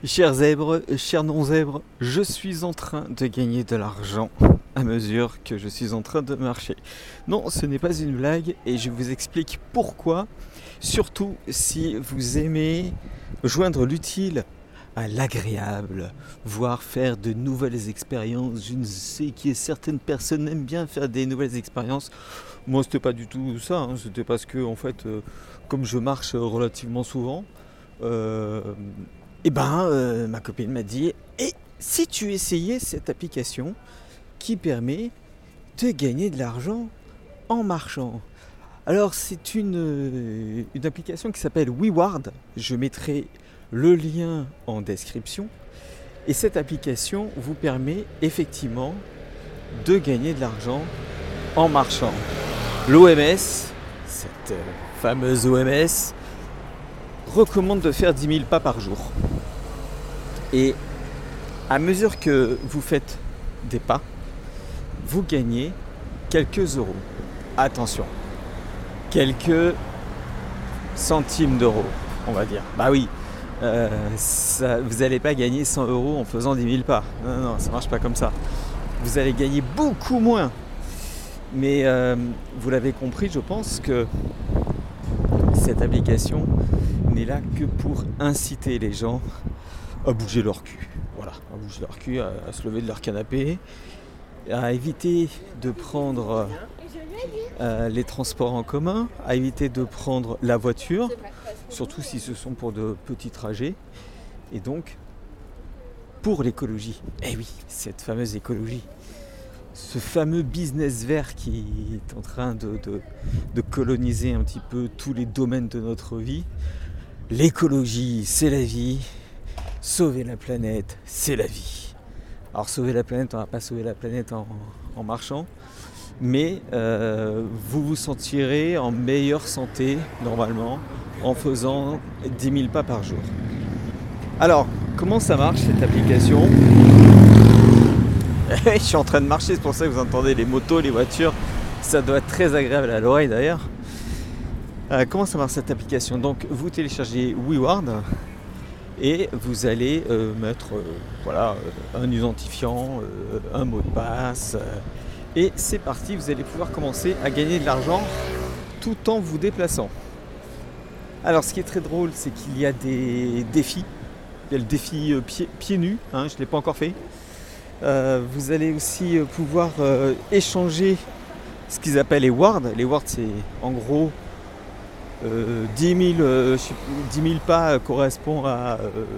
Chers zèbres, chers non-zèbres, je suis en train de gagner de l'argent à mesure que je suis en train de marcher. Non, ce n'est pas une blague et je vous explique pourquoi. Surtout si vous aimez joindre l'utile à l'agréable, voire faire de nouvelles expériences. Je ne sais que certaines personnes aiment bien faire des nouvelles expériences. Moi, c'était pas du tout ça. C'était parce que, en fait, comme je marche relativement souvent, ma copine m'a dit et si tu essayais cette application qui permet de gagner de l'argent en marchant. Alors c'est une application qui s'appelle WeWard. Je mettrai le lien en description. Et cette application vous permet effectivement de gagner de l'argent en marchant. L'OMS, cette fameuse OMS, recommande de faire 10 000 pas par jour. Et à mesure que vous faites des pas, vous gagnez quelques euros. Attention, quelques centimes d'euros, on va dire. Bah oui, vous n'allez pas gagner 100 euros en faisant 10 000 pas. Non, ça ne marche pas comme ça. Vous allez gagner beaucoup moins. Mais vous l'avez compris, je pense que cette application n'est là que pour inciter les gens à bouger leur cul. Voilà, à bouger leur cul, à se lever de leur canapé, à éviter de prendre les transports en commun, à éviter de prendre la voiture, surtout si ce sont pour de petits trajets. Et donc, pour l'écologie, eh oui, cette fameuse écologie, ce fameux business vert qui est en train de coloniser un petit peu tous les domaines de notre vie. L'écologie, c'est la vie. Sauver la planète, c'est la vie. Alors sauver la planète, on ne va pas sauver la planète en marchant, mais vous vous sentirez en meilleure santé normalement en faisant 10 000 pas par jour. Alors, comment ça marche cette application ? Je suis en train de marcher, c'est pour ça que vous entendez les motos, les voitures. Ça doit être très agréable à l'oreille d'ailleurs. Comment ça marche cette application ? Donc vous téléchargez WeWard et vous allez mettre un identifiant, un mot de passe. Et c'est parti, vous allez pouvoir commencer à gagner de l'argent tout en vous déplaçant. Alors ce qui est très drôle, c'est qu'il y a des défis. Il y a le défi pieds nus, je ne l'ai pas encore fait. Vous allez aussi pouvoir échanger ce qu'ils appellent les wards. Les wards, c'est en gros 10 000 pas correspond à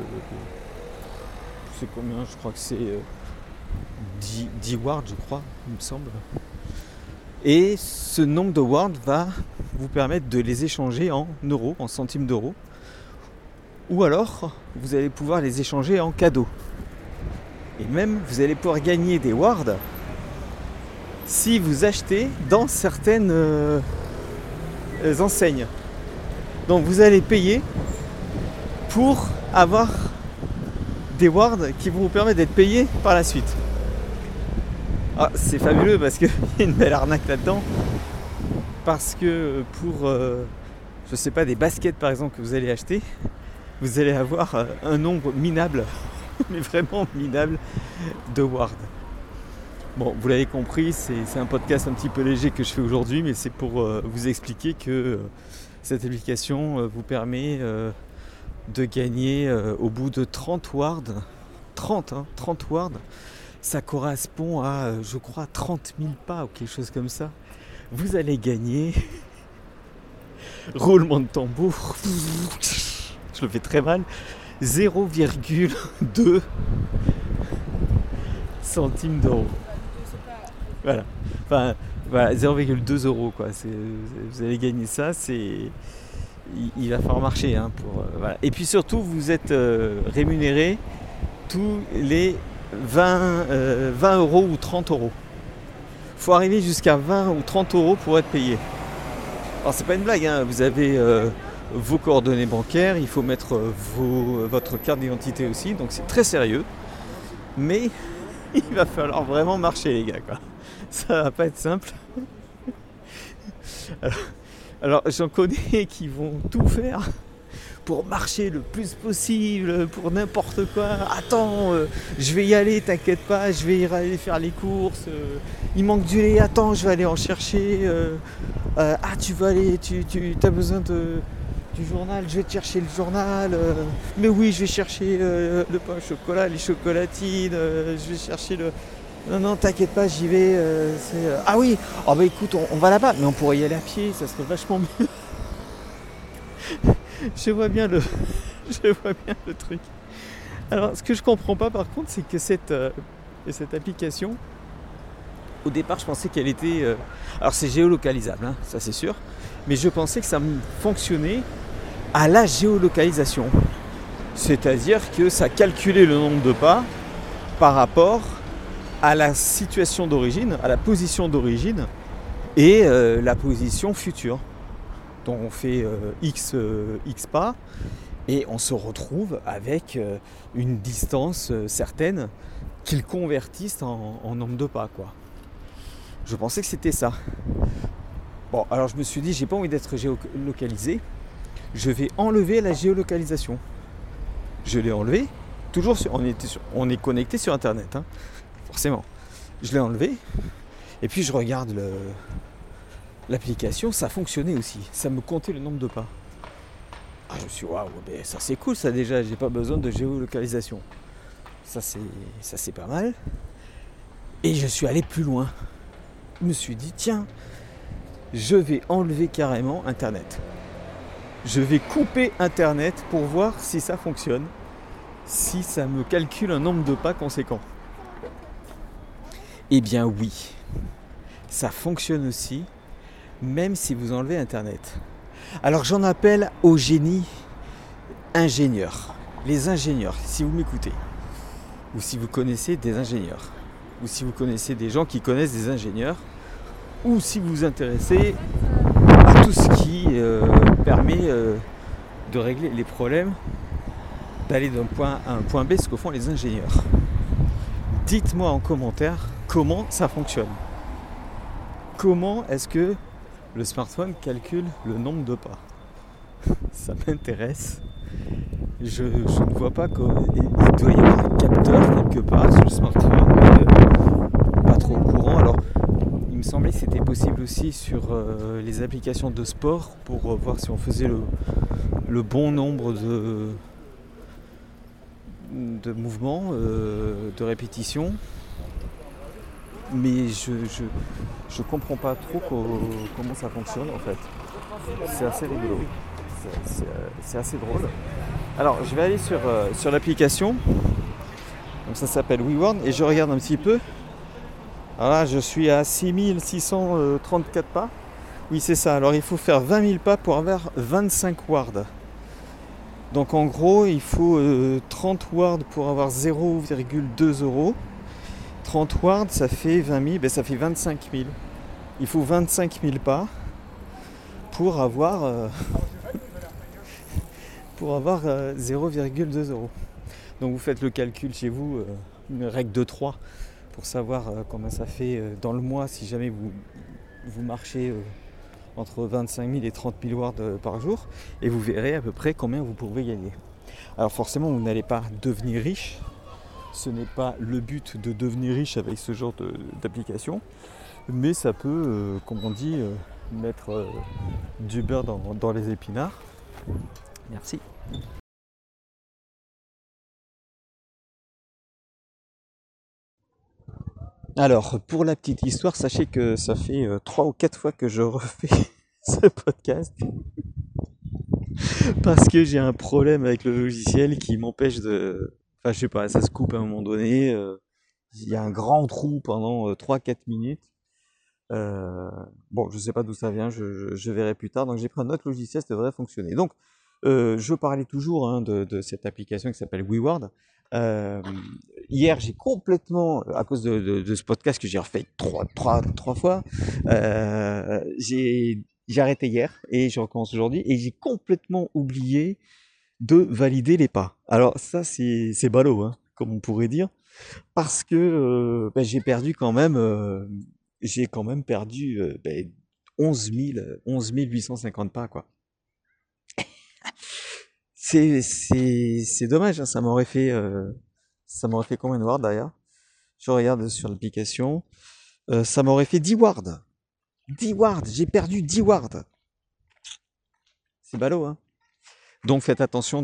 c'est combien, je crois que c'est 10 wards, je crois, il me semble. Et ce nombre de wards va vous permettre de les échanger en euros, en centimes d'euros. Ou alors, vous allez pouvoir les échanger en cadeaux. Et même, vous allez pouvoir gagner des wards si vous achetez dans certaines enseignes. Donc vous allez payer pour avoir des wards qui vont vous permettre d'être payés par la suite. Ah, c'est fabuleux parce qu'il y a une belle arnaque là-dedans. Parce que pour, je sais pas, des baskets par exemple que vous allez acheter, vous allez avoir un nombre minable, mais vraiment minable, de wards. Bon, vous l'avez compris, c'est un podcast un petit peu léger que je fais aujourd'hui, mais c'est pour vous expliquer que cette application vous permet de gagner au bout de 30 wards, 30 wards, ça correspond à, je crois, 30 000 pas ou quelque chose comme ça. Vous allez gagner, roulement de tambour, je le fais très mal, 0,2 centimes d'euros. Voilà. Enfin, 0,2 euros quoi. Vous allez gagner ça, il va falloir marcher pour. Voilà. Et puis surtout, vous êtes rémunéré tous les 20 euros ou 30 euros. Il faut arriver jusqu'à 20 ou 30 euros pour être payé. Alors c'est pas une blague, vous avez vos coordonnées bancaires, il faut mettre votre carte d'identité aussi, donc c'est très sérieux. Mais il va falloir vraiment marcher les gars quoi. Ça va pas être simple. Alors j'en connais qui vont tout faire pour marcher le plus possible, pour n'importe quoi. Attends, je vais y aller, t'inquiète pas, je vais y aller faire les courses. Il manque du lait, attends, je vais aller en chercher. Tu vas aller, tu as besoin du journal, je vais te chercher le journal. Mais oui, je vais chercher le pain au chocolat, les chocolatines, je vais chercher le... Non, t'inquiète pas, j'y vais. Ah oui, oh bah écoute, on va là-bas, mais on pourrait y aller à pied, ça serait vachement mieux. Je vois bien le, je vois bien le truc. Alors, ce que je comprends pas par contre, c'est que cette application, au départ, je pensais qu'elle était... alors, c'est géolocalisable, hein, ça c'est sûr, mais je pensais que ça fonctionnait à la géolocalisation. C'est-à-dire que ça calculait le nombre de pas par rapport à la situation d'origine, à la position d'origine et la position future. Donc on fait X pas et on se retrouve avec une distance certaine qu'ils convertissent en nombre de pas, quoi. Je pensais que c'était ça. Bon, alors je me suis dit, j'ai pas envie d'être géolocalisé, je vais enlever la géolocalisation. Je l'ai enlevé, toujours on est connecté sur internet, hein, forcément. Je l'ai enlevé et puis je regarde l'application, ça fonctionnait aussi, ça me comptait le nombre de pas. Ah, je me suis dit, waouh, ça c'est cool ça déjà, j'ai pas besoin de géolocalisation. Ça c'est pas mal. Et je suis allé plus loin. Je me suis dit, tiens, je vais enlever carrément internet. Je vais couper internet pour voir si ça fonctionne, si ça me calcule un nombre de pas conséquent. Eh bien oui, ça fonctionne aussi, même si vous enlevez internet. Alors j'en appelle aux génies ingénieurs. Les ingénieurs, si vous m'écoutez, ou si vous connaissez des ingénieurs, ou si vous connaissez des gens qui connaissent des ingénieurs, ou si vous vous intéressez à tout ce qui permet de régler les problèmes, d'aller d'un point A à un point B, ce que font les ingénieurs. Dites-moi en commentaire comment ça fonctionne. Comment est-ce que le smartphone calcule le nombre de pas? Ça m'intéresse. Je ne vois pas qu'il doit y avoir un capteur quelque part sur le smartphone, mais pas trop au courant. Alors, il me semblait que c'était possible aussi sur les applications de sport pour voir si on faisait le bon nombre de mouvements, de répétitions. Mais je comprends pas trop comment ça fonctionne en fait. C'est assez rigolo. C'est assez drôle. Alors je vais aller sur l'application. Donc ça s'appelle WeWorn et je regarde un petit peu. Alors là je suis à 6634 pas. Oui c'est ça. Alors il faut faire 20 000 pas pour avoir 25 wards. Donc en gros il faut 30 wards pour avoir 0,2 euros. 30 wards ça fait 20 000, ça fait 25 000. Il faut 25 000 pas pour avoir 0,2 euros. Donc vous faites le calcul chez vous, une règle de 3 pour savoir combien ça fait dans le mois si jamais vous marchez entre 25 000 et 30 000 wards par jour et vous verrez à peu près combien vous pouvez gagner. Alors forcément vous n'allez pas devenir riche, ce n'est pas le but de devenir riche avec ce genre d'application, mais ça peut, comme on dit, mettre du beurre dans les épinards. Merci. Alors, pour la petite histoire, sachez que ça fait 3 ou 4 fois que je refais ce podcast parce que j'ai un problème avec le logiciel qui m'empêche de... Enfin, je sais pas, ça se coupe à un moment donné. Il y a un grand trou pendant 3-4 minutes. Bon, je sais pas d'où ça vient, je verrai plus tard. Donc j'ai pris un autre logiciel, ça devrait fonctionner. Donc, je parlais toujours de cette application qui s'appelle WeWorn. Hier, j'ai complètement, à cause de ce podcast que j'ai refait trois fois, j'ai arrêté hier et je recommence aujourd'hui et j'ai complètement oublié de valider les pas. Alors ça, c'est ballot, hein, comme on pourrait dire, parce que j'ai perdu quand même, j'ai quand même perdu 11 850 pas, quoi. C'est dommage, hein, ça m'aurait fait combien de wards d'ailleurs? Je regarde sur l'application. Ça m'aurait fait 10 wards. 10 wards, j'ai perdu 10 wards. C'est ballot, hein. Donc faites attention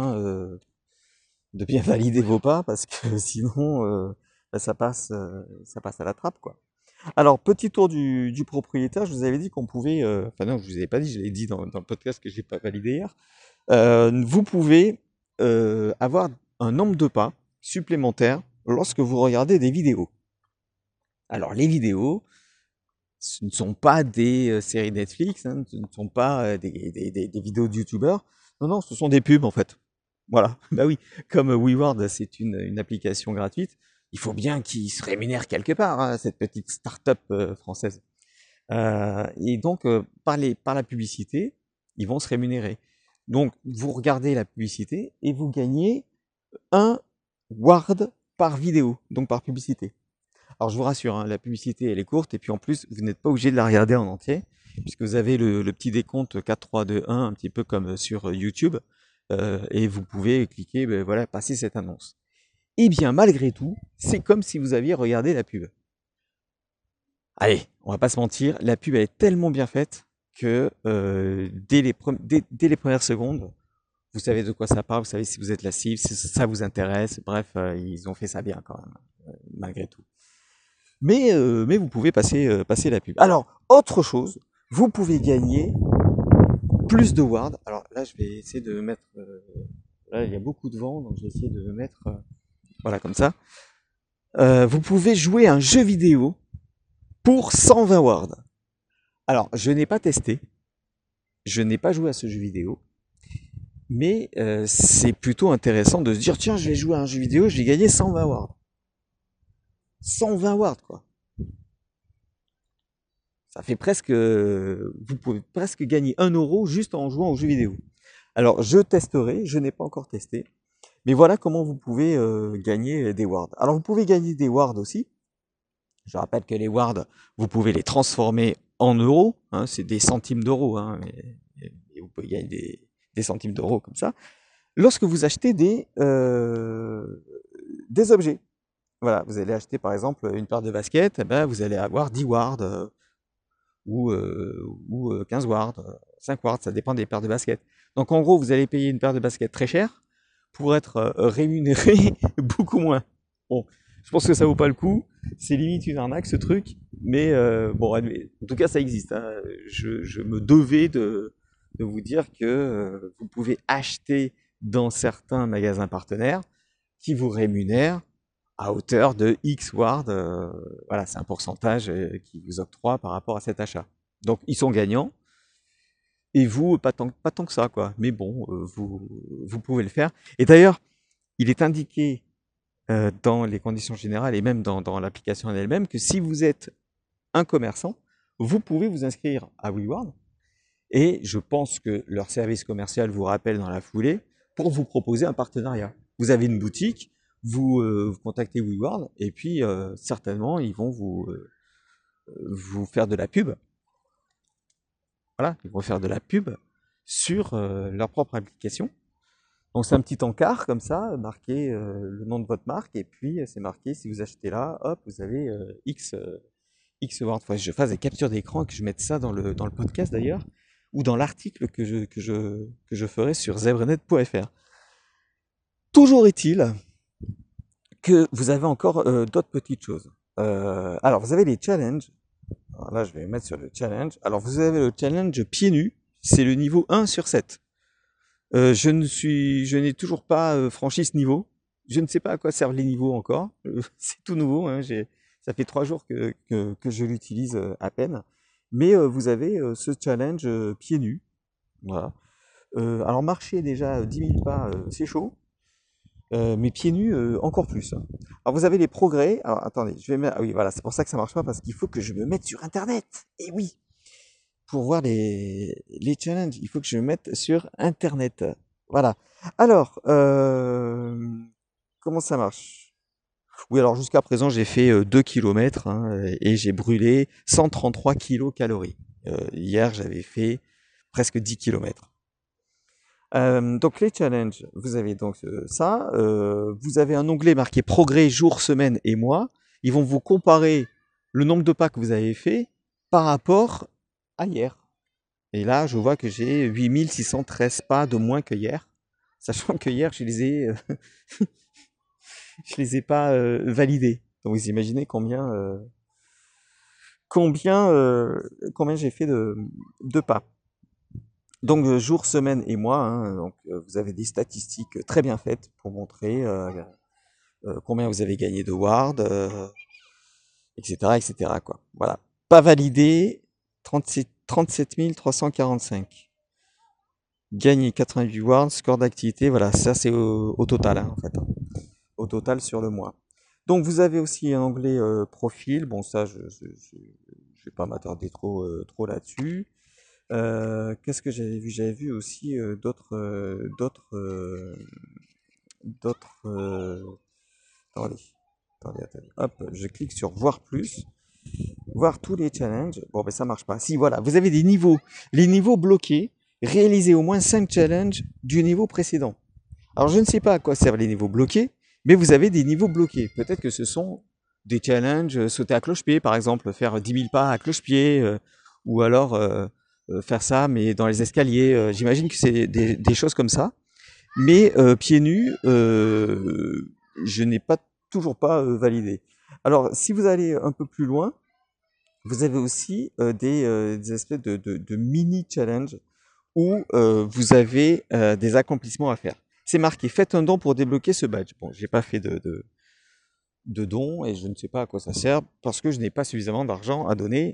de bien valider vos pas parce que sinon bah, ça passe à la trappe, quoi. Alors, petit tour du propriétaire, je vous avais dit qu'on pouvait, enfin non, je vous avais pas dit, je l'ai dit dans le podcast que j'ai pas validé hier. Vous pouvez avoir un nombre de pas supplémentaire lorsque vous regardez des vidéos. Alors, les vidéos, ce ne sont pas des séries Netflix, hein, ce ne sont pas des vidéos de youtubeurs. Non, non, ce sont des pubs en fait. Voilà, bah oui, comme WeWord, c'est une application gratuite, il faut bien qu'ils se rémunèrent quelque part, hein, cette petite start-up française. Et donc, par la publicité, ils vont se rémunérer. Donc, vous regardez la publicité et vous gagnez un ward par vidéo, donc par publicité. Alors, je vous rassure, hein, la publicité, elle est courte, et puis en plus, vous n'êtes pas obligé de la regarder en entier, puisque vous avez le petit décompte 4, 3, 2, 1, un petit peu comme sur YouTube, et vous pouvez cliquer, ben, voilà, passer cette annonce. Et bien, malgré tout, c'est comme si vous aviez regardé la pub. Allez, on va pas se mentir, la pub elle est tellement bien faite que dès les premières secondes, vous savez de quoi ça parle, vous savez si vous êtes la cible, si ça vous intéresse. Bref, ils ont fait ça bien quand même, malgré tout. Mais vous pouvez passer la pub. Alors, autre chose, vous pouvez gagner plus de wards. Alors là, je vais essayer de mettre... là, il y a beaucoup de vent, donc je vais essayer de me mettre... voilà, comme ça. Vous pouvez jouer à un jeu vidéo pour 120 wards. Alors, je n'ai pas testé, je n'ai pas joué à ce jeu vidéo, mais c'est plutôt intéressant de se dire, tiens, je vais jouer à un jeu vidéo, je vais gagner 120 wards. 120 wards, quoi. Ça fait presque... vous pouvez presque gagner 1 euro juste en jouant au jeu vidéo. Alors, je testerai, je n'ai pas encore testé, mais voilà comment vous pouvez gagner des wards. Alors, vous pouvez gagner des wards aussi. Je rappelle que les wards, vous pouvez les transformer en euros, hein, c'est des centimes d'euros, hein, et vous pouvez gagner des centimes d'euros comme ça. Lorsque vous achetez des objets, voilà, vous allez acheter par exemple une paire de baskets, eh ben, vous allez avoir 10 wards ou 15 wards, 5 wards, ça dépend des paires de baskets. Donc en gros, vous allez payer une paire de baskets très chère pour être rémunéré beaucoup moins. Bon, je pense que ça vaut pas le coup. C'est limite une arnaque ce truc, mais bon, en tout cas ça existe, hein. Je me devais de vous dire que vous pouvez acheter dans certains magasins partenaires qui vous rémunèrent à hauteur de X wards. Voilà, c'est un pourcentage qui vous octroie par rapport à cet achat. Donc ils sont gagnants. Et vous, pas tant que ça, quoi. Mais bon, vous pouvez le faire. Et d'ailleurs, il est indiqué dans les conditions générales et même dans l'application en elle-même que si vous êtes un commerçant, vous pouvez vous inscrire à WeWard. Et je pense que leur service commercial vous rappelle dans la foulée pour vous proposer un partenariat. Vous avez une boutique, vous contactez WeWard et puis certainement ils vont vous faire de la pub. Voilà, ils vont faire de la pub sur leur propre application. Donc c'est un petit encart comme ça, marqué le nom de votre marque, et puis c'est marqué si vous achetez là, hop, vous avez X Word. Faut que je fasse des captures d'écran et que je mette ça dans le podcast d'ailleurs, ou dans l'article que je ferai sur zebrenet.fr. Toujours est-il que vous avez encore d'autres petites choses. Alors vous avez les challenges. Alors là je vais mettre sur le challenge. Alors vous avez le challenge pieds nus, c'est le niveau 1 sur 7. Je n'ai toujours pas franchi ce niveau. Je ne sais pas à quoi servent les niveaux encore. C'est tout nouveau, hein. Ça fait 3 jours que je l'utilise à peine. Mais vous avez ce challenge pieds nus. Voilà. Alors marcher déjà 10 000 pas, c'est chaud. Mais pieds nus, encore plus, hein. Alors vous avez les progrès. Alors attendez, je vais mettre... Ah oui, voilà, c'est pour ça que ça marche pas, parce qu'il faut que je me mette sur Internet. Et oui, pour voir les challenges, il faut que je me mette sur Internet. Voilà. Alors, comment ça marche? Oui, alors jusqu'à présent, j'ai fait 2 km hein, et j'ai brûlé 133 kilocalories. Hier, j'avais fait presque 10 km. Donc les challenges, vous avez donc ça. Vous avez un onglet marqué progrès jour, semaine et mois. Ils vont vous comparer le nombre de pas que vous avez fait par rapport à hier. Et là, je vois que j'ai 8613 pas de moins que hier, sachant que hier, je les ai pas validés. Donc vous imaginez combien j'ai fait de pas. Donc jour, semaine et mois, hein, donc vous avez des statistiques très bien faites pour montrer combien vous avez gagné de ward, etc., etc., quoi. Voilà. Pas validé, 37 345. Gagné 88 wards, score d'activité, voilà, ça c'est au total, hein, en fait, hein. Au total sur le mois. Donc vous avez aussi un onglet profil, bon ça je vais pas m'attarder trop là-dessus. Qu'est-ce que j'avais vu? J'avais vu aussi d'autres. Attendez. Hop, je clique sur voir plus, voir tous les challenges. Bon, ben ça marche pas. Si, voilà, vous avez des niveaux. Les niveaux bloqués, réalisez au moins 5 challenges du niveau précédent. Alors, je ne sais pas à quoi servent les niveaux bloqués, mais vous avez des niveaux bloqués. Peut-être que ce sont des challenges, sauter à cloche-pied, par exemple, faire 10 000 pas à cloche-pied, ou alors faire ça, mais dans les escaliers. J'imagine que c'est des choses comme ça. Mais pieds nus, je n'ai toujours pas validé. Alors, si vous allez un peu plus loin, vous avez aussi des espèces de mini-challenge où vous avez des accomplissements à faire. C'est marqué, faites un don pour débloquer ce badge. Bon, j'ai pas fait de don et je ne sais pas à quoi ça sert parce que je n'ai pas suffisamment d'argent à donner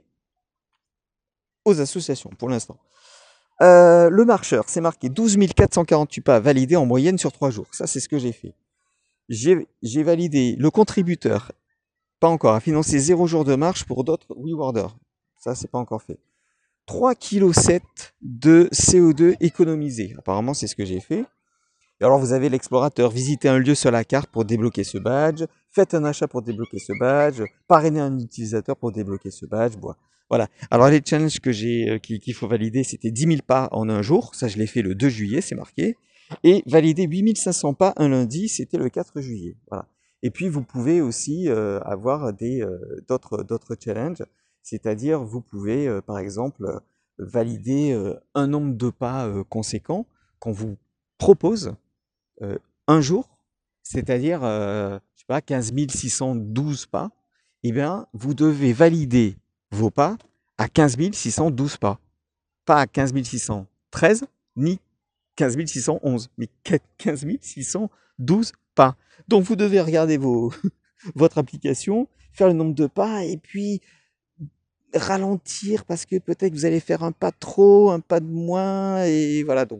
aux associations pour l'instant. Le marcheur, c'est marqué 12 448 pas validés en moyenne sur 3 jours. Ça, c'est ce que j'ai fait. J'ai validé le contributeur, pas encore, a financé 0 jour de marche pour d'autres rewarders. Ça, c'est pas encore fait. 3,7 kg de CO2 économisé. Apparemment, c'est ce que j'ai fait. Et alors, vous avez l'explorateur. Visitez un lieu sur la carte pour débloquer ce badge. Faites un achat pour débloquer ce badge. Parrainez un utilisateur pour débloquer ce badge. Voilà. Alors, les challenges qu'il faut valider, c'était 10 000 pas en un jour. Ça, je l'ai fait le 2 juillet, c'est marqué. Et valider 8 500 pas un lundi, c'était le 4 juillet. Voilà. Et puis, vous pouvez aussi avoir d'autres challenges. C'est-à-dire, vous pouvez, par exemple, valider un nombre de pas conséquent qu'on vous propose un jour, c'est-à-dire, je sais pas, 15 612 pas, eh bien, vous devez valider vos pas à 15 612 pas. Pas à 15 613, ni 15 611, mais 15 612 pas. Donc, vous devez regarder votre application, faire le nombre de pas, et puis ralentir parce que peut-être que vous allez faire un pas de trop, un pas de moins, et voilà. Donc,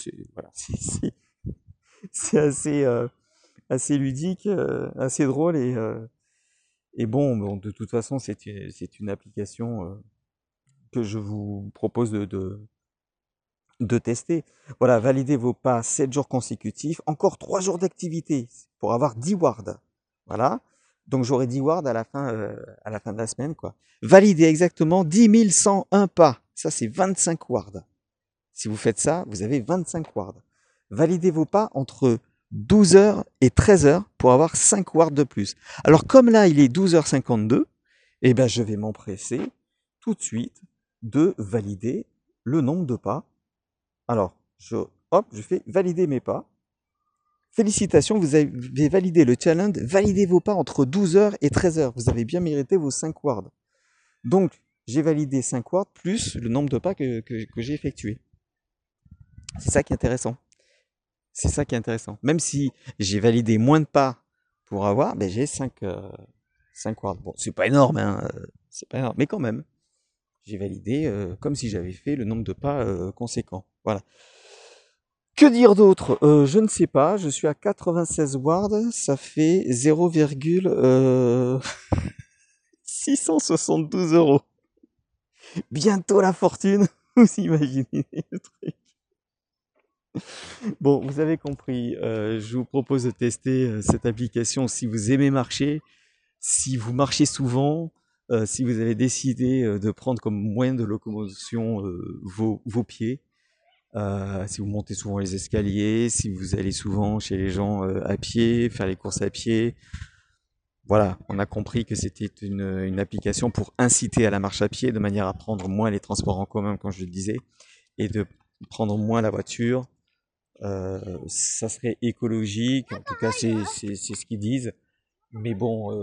c'est assez ludique, assez drôle et bon, de toute façon, c'est une application que je vous propose de tester. Voilà, validez vos pas 7 jours consécutifs, encore 3 jours d'activité pour avoir 10 wards. Voilà. Donc j'aurai 10 wards à la fin de la semaine, quoi. Validez exactement 10 101 pas. Ça, c'est 25 wards. Si vous faites ça, vous avez 25 wards. Validez vos pas entre 12h et 13h pour avoir 5 wards de plus. Alors comme là, il est 12h52, eh ben, je vais m'empresser tout de suite de valider le nombre de pas. Alors, je fais valider mes pas. Félicitations, vous avez validé le challenge. Validez vos pas entre 12h et 13h. Vous avez bien mérité vos 5 wards. Donc, j'ai validé 5 wards plus le nombre de pas que j'ai effectué. C'est ça qui est intéressant. C'est ça qui est intéressant. Même si j'ai validé moins de pas pour avoir, ben j'ai 5 wards. Bon, c'est pas énorme, hein, c'est pas énorme, mais quand même. J'ai validé comme si j'avais fait le nombre de pas conséquent. Voilà. Que dire d'autre? Je ne sais pas, je suis à 96 wards, ça fait 0,672 €. Bientôt la fortune, vous imaginez le truc. Bon, vous avez compris, je vous propose de tester cette application si vous aimez marcher, si vous marchez souvent, si vous avez décidé de prendre comme moyen de locomotion vos pieds. si vous montez souvent les escaliers, si vous allez souvent chez les gens à pied, faire les courses à pied. Voilà, on a compris que c'était une application pour inciter à la marche à pied, de manière à prendre moins les transports en commun, comme je le disais, et de prendre moins la voiture. Ça serait écologique, en tout cas c'est ce qu'ils disent. Mais bon,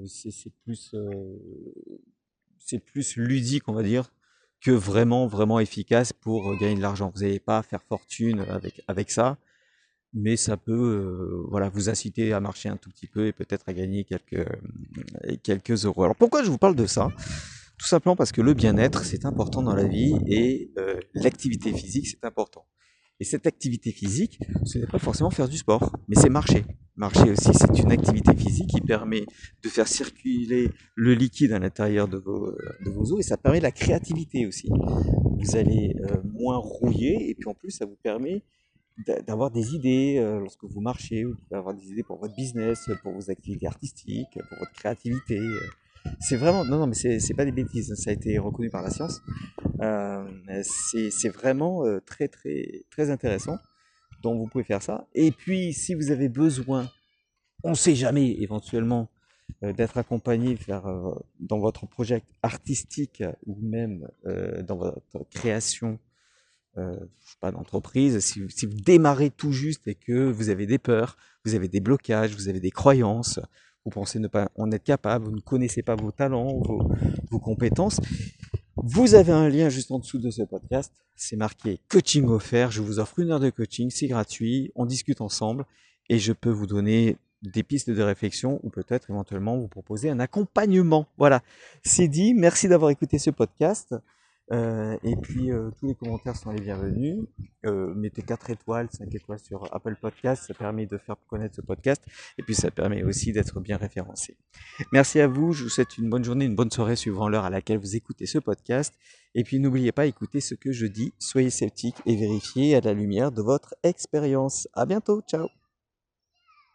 c'est plus ludique, on va dire, que vraiment, vraiment efficace pour gagner de l'argent. Vous n'allez pas faire fortune avec ça, mais ça peut voilà, vous inciter à marcher un tout petit peu et peut-être à gagner quelques euros. Alors pourquoi je vous parle de ça? Tout simplement parce que le bien-être, c'est important dans la vie et l'activité physique, c'est important. Et cette activité physique, ce n'est pas forcément faire du sport, mais c'est marcher. Marcher aussi, c'est une activité physique qui permet de faire circuler le liquide à l'intérieur de vos os et ça permet la créativité aussi. Vous allez moins rouiller et puis en plus, ça vous permet d'avoir des idées lorsque vous marchez, vous pouvez avoir des idées pour votre business, pour vos activités artistiques, pour votre créativité. C'est vraiment, non, non, mais c'est pas des bêtises, ça a été reconnu par la science. C'est vraiment très, très, très intéressant. Donc vous pouvez faire ça. Et puis, si vous avez besoin, on ne sait jamais, éventuellement, d'être accompagné dans votre projet artistique ou même dans votre création je sais pas, d'entreprise, si vous démarrez tout juste et que vous avez des peurs, vous avez des blocages, vous avez des croyances, vous pensez ne pas en être capable, vous ne connaissez pas vos talents, vos compétences, vous avez un lien juste en dessous de ce podcast, c'est marqué coaching offert, je vous offre 1 heure de coaching, c'est gratuit, on discute ensemble et je peux vous donner des pistes de réflexion ou peut-être éventuellement vous proposer un accompagnement. Voilà, c'est dit, merci d'avoir écouté ce podcast. Et puis tous les commentaires sont les bienvenus. Mettez 4 étoiles, 5 étoiles sur Apple Podcast, ça permet de faire connaître ce podcast et puis ça permet aussi d'être bien référencé. Merci à vous, je vous souhaite une bonne journée, une bonne soirée suivant l'heure à laquelle vous écoutez ce podcast. Et puis n'oubliez pas, écoutez ce que je dis, soyez sceptiques et vérifiez à la lumière de votre expérience. À bientôt, ciao.